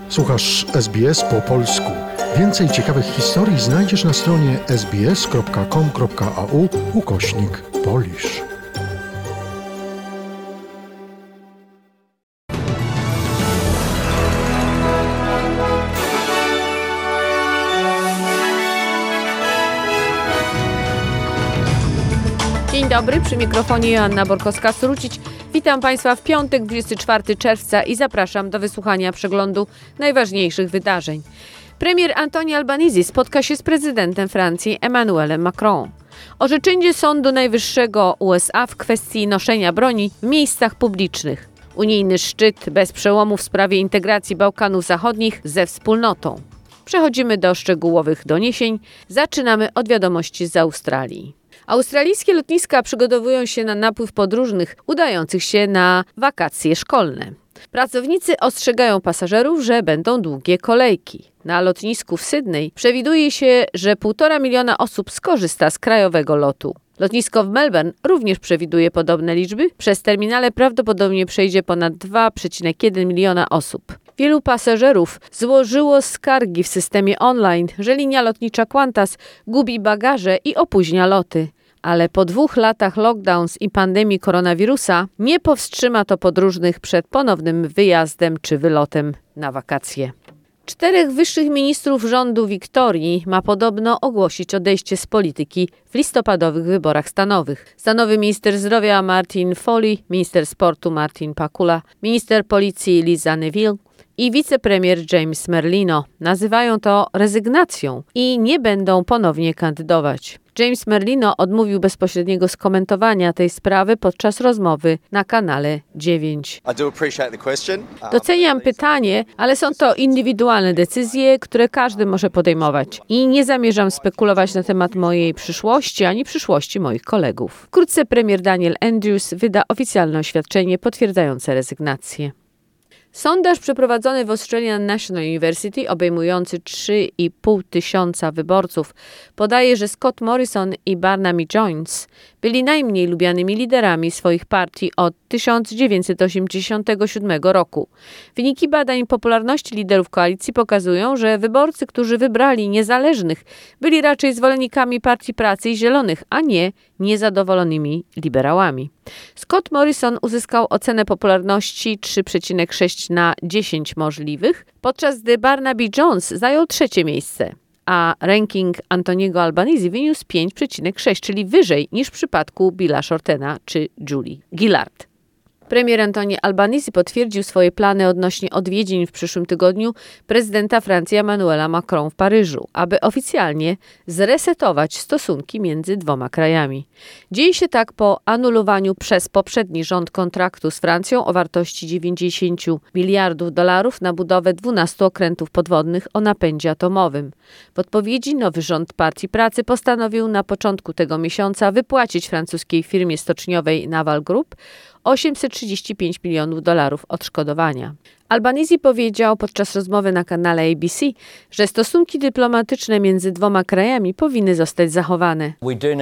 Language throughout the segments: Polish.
Słuchasz SBS po polsku. Więcej ciekawych historii znajdziesz na stronie sbs.com.au/Polish. Dzień dobry, przy mikrofonie Joanna Borkowska-Srucić. Witam Państwa w piątek, 24 czerwca i zapraszam do wysłuchania przeglądu najważniejszych wydarzeń. Premier Anthony Albanese spotka się z prezydentem Francji Emmanuelem Macron. Orzeczenie Sądu Najwyższego USA w kwestii noszenia broni w miejscach publicznych. Unijny szczyt bez przełomu w sprawie integracji Bałkanów Zachodnich ze wspólnotą. Przechodzimy do szczegółowych doniesień. Zaczynamy od wiadomości z Australii. Australijskie lotniska przygotowują się na napływ podróżnych udających się na wakacje szkolne. Pracownicy ostrzegają pasażerów, że będą długie kolejki. Na lotnisku w Sydney przewiduje się, że 1,5 miliona osób skorzysta z krajowego lotu. Lotnisko w Melbourne również przewiduje podobne liczby. Przez terminale prawdopodobnie przejdzie ponad 2,1 miliona osób. Wielu pasażerów złożyło skargi w systemie online, że linia lotnicza Qantas gubi bagaże i opóźnia loty. Ale po 2 latach lockdowns i pandemii koronawirusa nie powstrzyma to podróżnych przed ponownym wyjazdem czy wylotem na wakacje. 4 wyższych ministrów rządu Wiktorii ma podobno ogłosić odejście z polityki w listopadowych wyborach stanowych. Stanowy minister zdrowia Martin Foley, minister sportu Martin Pakula, minister policji Liza Neville i wicepremier James Merlino nazywają to rezygnacją i nie będą ponownie kandydować. James Merlino odmówił bezpośredniego skomentowania tej sprawy podczas rozmowy na kanale 9. Doceniam pytanie, ale są to indywidualne decyzje, które każdy może podejmować. I nie zamierzam spekulować na temat mojej przyszłości, ani przyszłości moich kolegów. Wkrótce premier Daniel Andrews wyda oficjalne oświadczenie potwierdzające rezygnację. Sondaż przeprowadzony w Australian National University, obejmujący 3,5 tysiąca wyborców, podaje, że Scott Morrison i Barnaby Joyce byli najmniej lubianymi liderami swoich partii od 1987 roku. Wyniki badań popularności liderów koalicji pokazują, że wyborcy, którzy wybrali niezależnych, byli raczej zwolennikami Partii Pracy i Zielonych, a nie niezadowolonymi liberałami. Scott Morrison uzyskał ocenę popularności 3,6 na 10 możliwych, podczas gdy Barnaby Joyce zajął 3. miejsce, a ranking Antoniego Albanese wyniósł 5,6, czyli wyżej niż w przypadku Billa Shortena czy Julie Gillard. Premier Anthony Albanese potwierdził swoje plany odnośnie odwiedzin w przyszłym tygodniu prezydenta Francji Emmanuela Macron w Paryżu, aby oficjalnie zresetować stosunki między 2 krajami. Dzieje się tak po anulowaniu przez poprzedni rząd kontraktu z Francją o wartości $90 miliardów na budowę 12 okrętów podwodnych o napędzie atomowym. W odpowiedzi nowy rząd Partii Pracy postanowił na początku tego miesiąca wypłacić francuskiej firmie stoczniowej Naval Group $835 milionów odszkodowania. Albanese powiedział podczas rozmowy na kanale ABC, że stosunki dyplomatyczne między 2 krajami powinny zostać zachowane.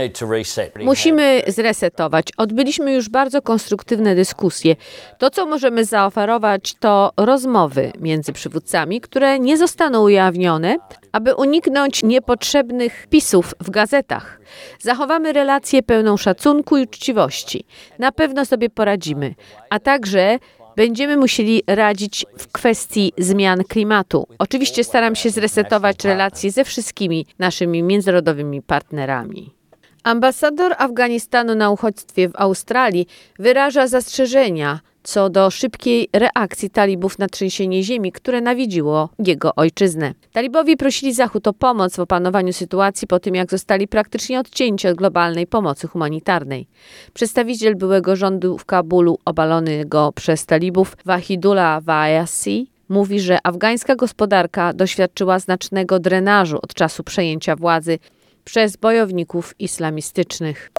Musimy zresetować. Odbyliśmy już bardzo konstruktywne dyskusje. To, co możemy zaoferować, to rozmowy między przywódcami, które nie zostaną ujawnione, aby uniknąć niepotrzebnych wpisów w gazetach. Zachowamy relację pełną szacunku i uczciwości. Na pewno sobie poradzimy, a także będziemy musieli radzić w kwestii zmian klimatu. Oczywiście staram się zresetować relacje ze wszystkimi naszymi międzynarodowymi partnerami. Ambasador Afganistanu na uchodźstwie w Australii wyraża zastrzeżenia co do szybkiej reakcji talibów na trzęsienie ziemi, które nawiedziło jego ojczyznę. Talibowie prosili Zachód o pomoc w opanowaniu sytuacji po tym, jak zostali praktycznie odcięci od globalnej pomocy humanitarnej. Przedstawiciel byłego rządu w Kabulu, obalonego przez talibów, Wahidullah Wayasi, mówi, że afgańska gospodarka doświadczyła znacznego drenażu od czasu przejęcia władzy przez bojowników islamistycznych.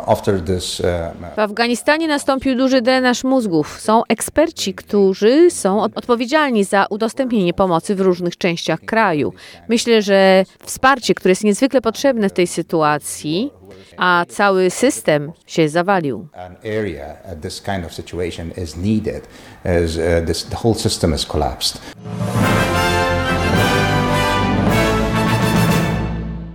W Afganistanie nastąpił duży drenaż mózgów. Są eksperci, którzy są odpowiedzialni za udostępnienie pomocy w różnych częściach kraju. Myślę, że wsparcie, które jest niezwykle potrzebne w tej sytuacji, a cały system się zawalił.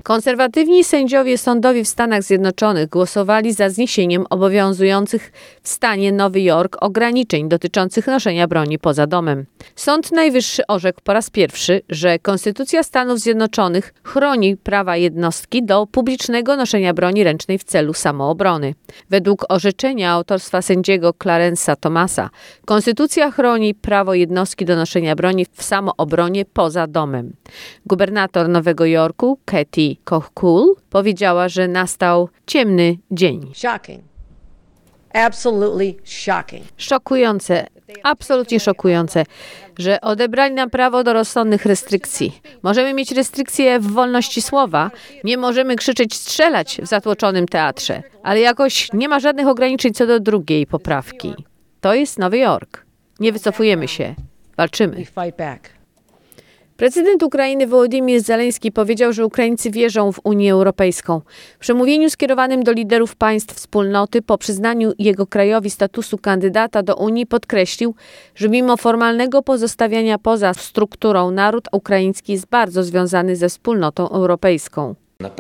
Konserwatywni sędziowie sądowi w Stanach Zjednoczonych głosowali za zniesieniem obowiązujących w stanie Nowy Jork ograniczeń dotyczących noszenia broni poza domem. Sąd Najwyższy orzekł po raz pierwszy, że Konstytucja Stanów Zjednoczonych chroni prawa jednostki do publicznego noszenia broni ręcznej w celu samoobrony. Według orzeczenia autorstwa sędziego Clarence'a Thomasa, Konstytucja chroni prawo jednostki do noszenia broni w samoobronie poza domem. Gubernator Nowego Jorku, Kathy Hochul, powiedziała, że nastał ciemny dzień. Shocking. Absolutely shocking. Szokujące, absolutnie szokujące, że odebrali nam prawo do rozsądnych restrykcji. Możemy mieć restrykcje w wolności słowa, nie możemy krzyczeć, strzelać w zatłoczonym teatrze, ale jakoś nie ma żadnych ograniczeń co do drugiej poprawki. To jest Nowy Jork. Nie wycofujemy się. Walczymy. We fight back. Prezydent Ukrainy Wołodymyr Zełenski powiedział, że Ukraińcy wierzą w Unię Europejską. W przemówieniu skierowanym do liderów państw wspólnoty po przyznaniu jego krajowi statusu kandydata do Unii podkreślił, że mimo formalnego pozostawiania poza strukturą naród ukraiński jest bardzo związany ze wspólnotą europejską.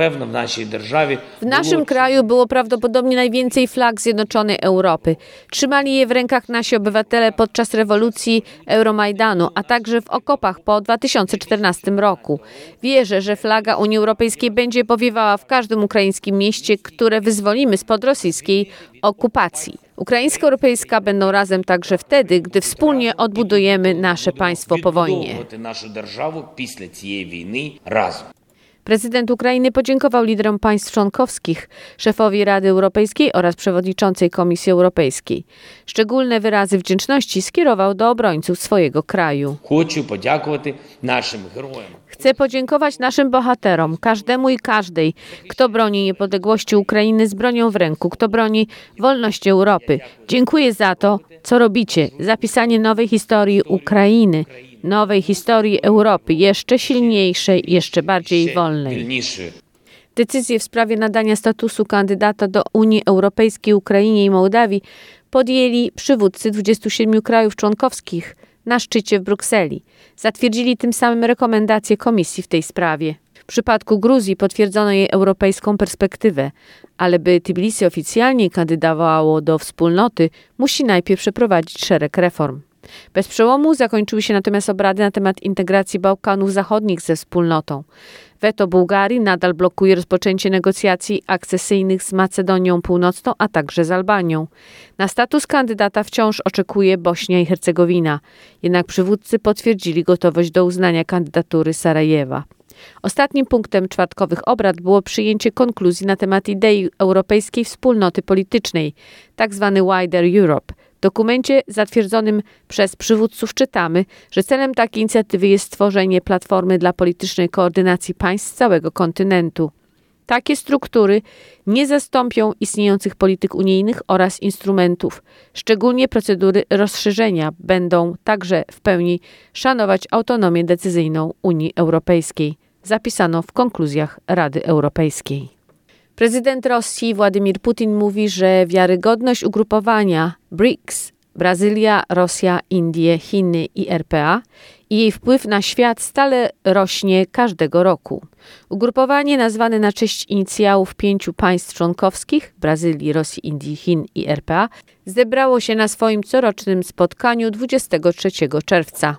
W naszym kraju było prawdopodobnie najwięcej flag Zjednoczonej Europy. Trzymali je w rękach nasi obywatele podczas rewolucji Euromajdanu, a także w okopach po 2014 roku. Wierzę, że flaga Unii Europejskiej będzie powiewała w każdym ukraińskim mieście, które wyzwolimy spod rosyjskiej okupacji. Ukraińsko-europejska będą razem także wtedy, gdy wspólnie odbudujemy nasze państwo po wojnie. Prezydent Ukrainy podziękował liderom państw członkowskich, szefowi Rady Europejskiej oraz przewodniczącej Komisji Europejskiej. Szczególne wyrazy wdzięczności skierował do obrońców swojego kraju. Chcę podziękować naszym bohaterom, każdemu i każdej, kto broni niepodległości Ukrainy z bronią w ręku, kto broni wolności Europy. Dziękuję za to, co robicie, za pisanie nowej historii Ukrainy, nowej historii Europy, jeszcze silniejszej, jeszcze bardziej wolnej. Decyzję w sprawie nadania statusu kandydata do Unii Europejskiej Ukrainie i Mołdawii podjęli przywódcy 27 krajów członkowskich na szczycie w Brukseli. Zatwierdzili tym samym rekomendacje Komisji w tej sprawie. W przypadku Gruzji potwierdzono jej europejską perspektywę, ale by Tbilisi oficjalnie kandydowało do wspólnoty, musi najpierw przeprowadzić szereg reform. Bez przełomu zakończyły się natomiast obrady na temat integracji Bałkanów Zachodnich ze wspólnotą. Weto Bułgarii nadal blokuje rozpoczęcie negocjacji akcesyjnych z Macedonią Północną, a także z Albanią. Na status kandydata wciąż oczekuje Bośnia i Hercegowina. Jednak przywódcy potwierdzili gotowość do uznania kandydatury Sarajewa. Ostatnim punktem czwartkowych obrad było przyjęcie konkluzji na temat idei europejskiej wspólnoty politycznej, tzw. Wider Europe. W dokumencie zatwierdzonym przez przywódców czytamy, że celem takiej inicjatywy jest stworzenie platformy dla politycznej koordynacji państw całego kontynentu. Takie struktury nie zastąpią istniejących polityk unijnych oraz instrumentów. Szczególnie procedury rozszerzenia będą także w pełni szanować autonomię decyzyjną Unii Europejskiej, zapisano w konkluzjach Rady Europejskiej. Prezydent Rosji Władimir Putin mówi, że wiarygodność ugrupowania BRICS – Brazylia, Rosja, Indie, Chiny i RPA i jej wpływ na świat stale rośnie każdego roku. Ugrupowanie nazwane na cześć inicjałów 5 państw członkowskich – Brazylii, Rosji, Indii, Chin i RPA – zebrało się na swoim corocznym spotkaniu 23 czerwca.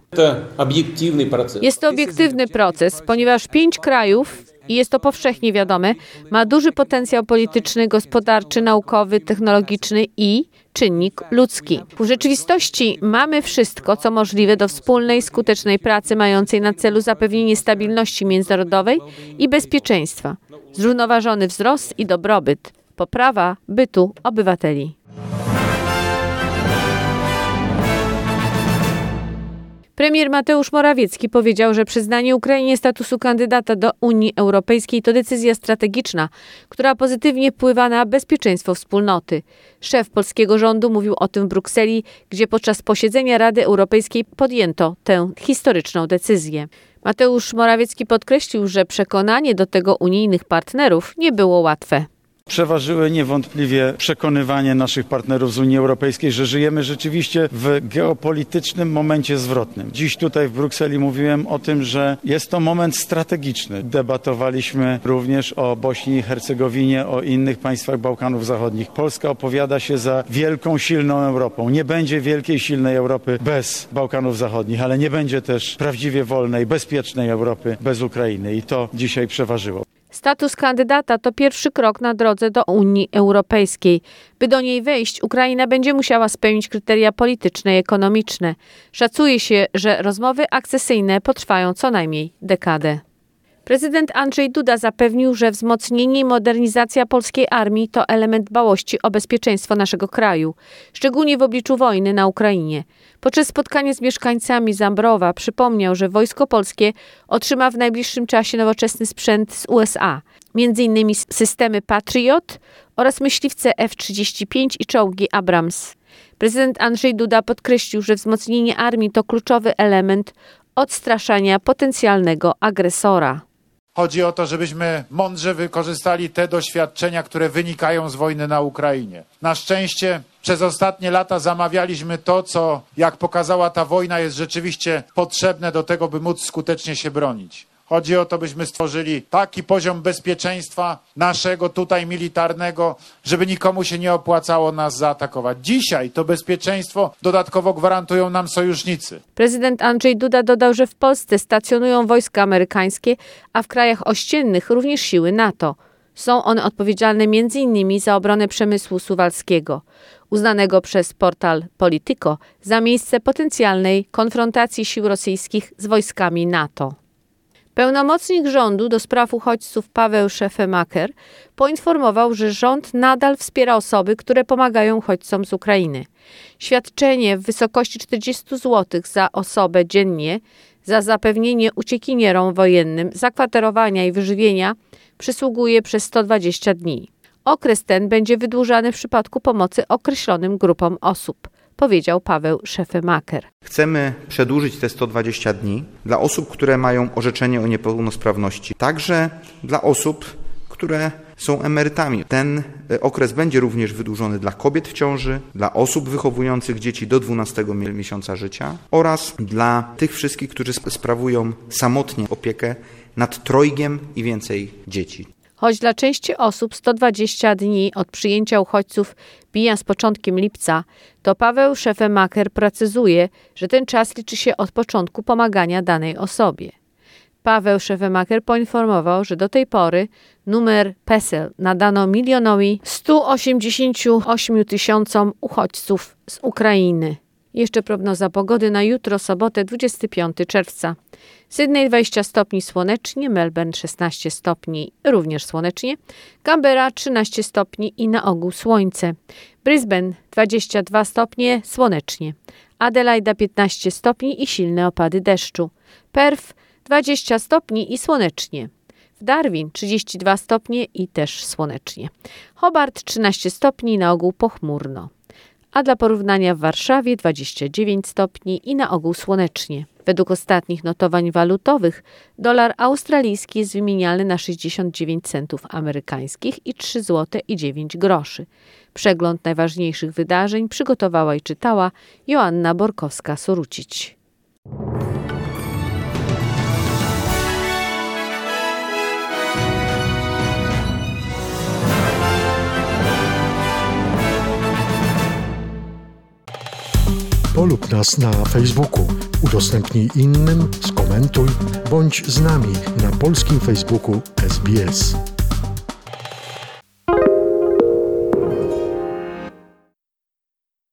Jest to obiektywny proces, ponieważ 5 krajów, i jest to powszechnie wiadome, ma duży potencjał polityczny, gospodarczy, naukowy, technologiczny i czynnik ludzki. W rzeczywistości mamy wszystko, co możliwe do wspólnej, skutecznej pracy mającej na celu zapewnienie stabilności międzynarodowej i bezpieczeństwa, zrównoważony wzrost i dobrobyt, poprawa bytu obywateli. Premier Mateusz Morawiecki powiedział, że przyznanie Ukrainie statusu kandydata do Unii Europejskiej to decyzja strategiczna, która pozytywnie wpływa na bezpieczeństwo wspólnoty. Szef polskiego rządu mówił o tym w Brukseli, gdzie podczas posiedzenia Rady Europejskiej podjęto tę historyczną decyzję. Mateusz Morawiecki podkreślił, że przekonanie do tego unijnych partnerów nie było łatwe. Przeważyły niewątpliwie przekonywanie naszych partnerów z Unii Europejskiej, że żyjemy rzeczywiście w geopolitycznym momencie zwrotnym. Dziś tutaj w Brukseli mówiłem o tym, że jest to moment strategiczny. Debatowaliśmy również o Bośni i Hercegowinie, o innych państwach Bałkanów Zachodnich. Polska opowiada się za wielką, silną Europą. Nie będzie wielkiej, silnej Europy bez Bałkanów Zachodnich, ale nie będzie też prawdziwie wolnej, bezpiecznej Europy bez Ukrainy i to dzisiaj przeważyło. Status kandydata to pierwszy krok na drodze do Unii Europejskiej. By do niej wejść, Ukraina będzie musiała spełnić kryteria polityczne i ekonomiczne. Szacuje się, że rozmowy akcesyjne potrwają co najmniej dekadę. Prezydent Andrzej Duda zapewnił, że wzmocnienie i modernizacja polskiej armii to element dbałości o bezpieczeństwo naszego kraju, szczególnie w obliczu wojny na Ukrainie. Podczas spotkania z mieszkańcami Zambrowa przypomniał, że Wojsko Polskie otrzyma w najbliższym czasie nowoczesny sprzęt z USA, m.in. systemy Patriot oraz myśliwce F-35 i czołgi Abrams. Prezydent Andrzej Duda podkreślił, że wzmocnienie armii to kluczowy element odstraszania potencjalnego agresora. Chodzi o to, żebyśmy mądrze wykorzystali te doświadczenia, które wynikają z wojny na Ukrainie. Na szczęście przez ostatnie lata zamawialiśmy to, co, jak pokazała ta wojna, jest rzeczywiście potrzebne do tego, by móc skutecznie się bronić. Chodzi o to, byśmy stworzyli taki poziom bezpieczeństwa naszego tutaj militarnego, żeby nikomu się nie opłacało nas zaatakować. Dzisiaj to bezpieczeństwo dodatkowo gwarantują nam sojusznicy. Prezydent Andrzej Duda dodał, że w Polsce stacjonują wojska amerykańskie, a w krajach ościennych również siły NATO. Są one odpowiedzialne m.in. za obronę przemysłu suwalskiego, uznanego przez portal Politico za miejsce potencjalnej konfrontacji sił rosyjskich z wojskami NATO. Pełnomocnik rządu do spraw uchodźców Paweł Szefemaker poinformował, że rząd nadal wspiera osoby, które pomagają uchodźcom z Ukrainy. Świadczenie w wysokości 40 zł za osobę dziennie za zapewnienie uciekinierom wojennym zakwaterowania i wyżywienia przysługuje przez 120 dni. Okres ten będzie wydłużany w przypadku pomocy określonym grupom osób, powiedział Paweł Szefemaker. Chcemy przedłużyć te 120 dni dla osób, które mają orzeczenie o niepełnosprawności, także dla osób, które są emerytami. Ten okres będzie również wydłużony dla kobiet w ciąży, dla osób wychowujących dzieci do 12 miesiąca życia oraz dla tych wszystkich, którzy sprawują samotnie opiekę nad trojgiem i więcej dzieci. Choć dla części osób 120 dni od przyjęcia uchodźców mija z początkiem lipca, to Paweł Szefemaker precyzuje, że ten czas liczy się od początku pomagania danej osobie. Paweł Szefemaker poinformował, że do tej pory numer PESEL nadano 1 188 000 uchodźców z Ukrainy. Jeszcze prognoza pogody na jutro, sobotę 25 czerwca. Sydney 20 stopni słonecznie, Melbourne 16 stopni również słonecznie, Canberra 13 stopni i na ogół słońce, Brisbane 22 stopnie słonecznie, Adelaida 15 stopni i silne opady deszczu, Perth 20 stopni i słonecznie, w Darwin 32 stopnie i też słonecznie, Hobart 13 stopni na ogół pochmurno. A dla porównania w Warszawie 29 stopni i na ogół słonecznie. Według ostatnich notowań walutowych dolar australijski jest wymienialny na 69 centów amerykańskich i 3 zł i 9 groszy. Przegląd najważniejszych wydarzeń przygotowała i czytała Joanna Borkowska-Sorucić. Polub nas na Facebooku, udostępnij innym, skomentuj, bądź z nami na polskim Facebooku SBS.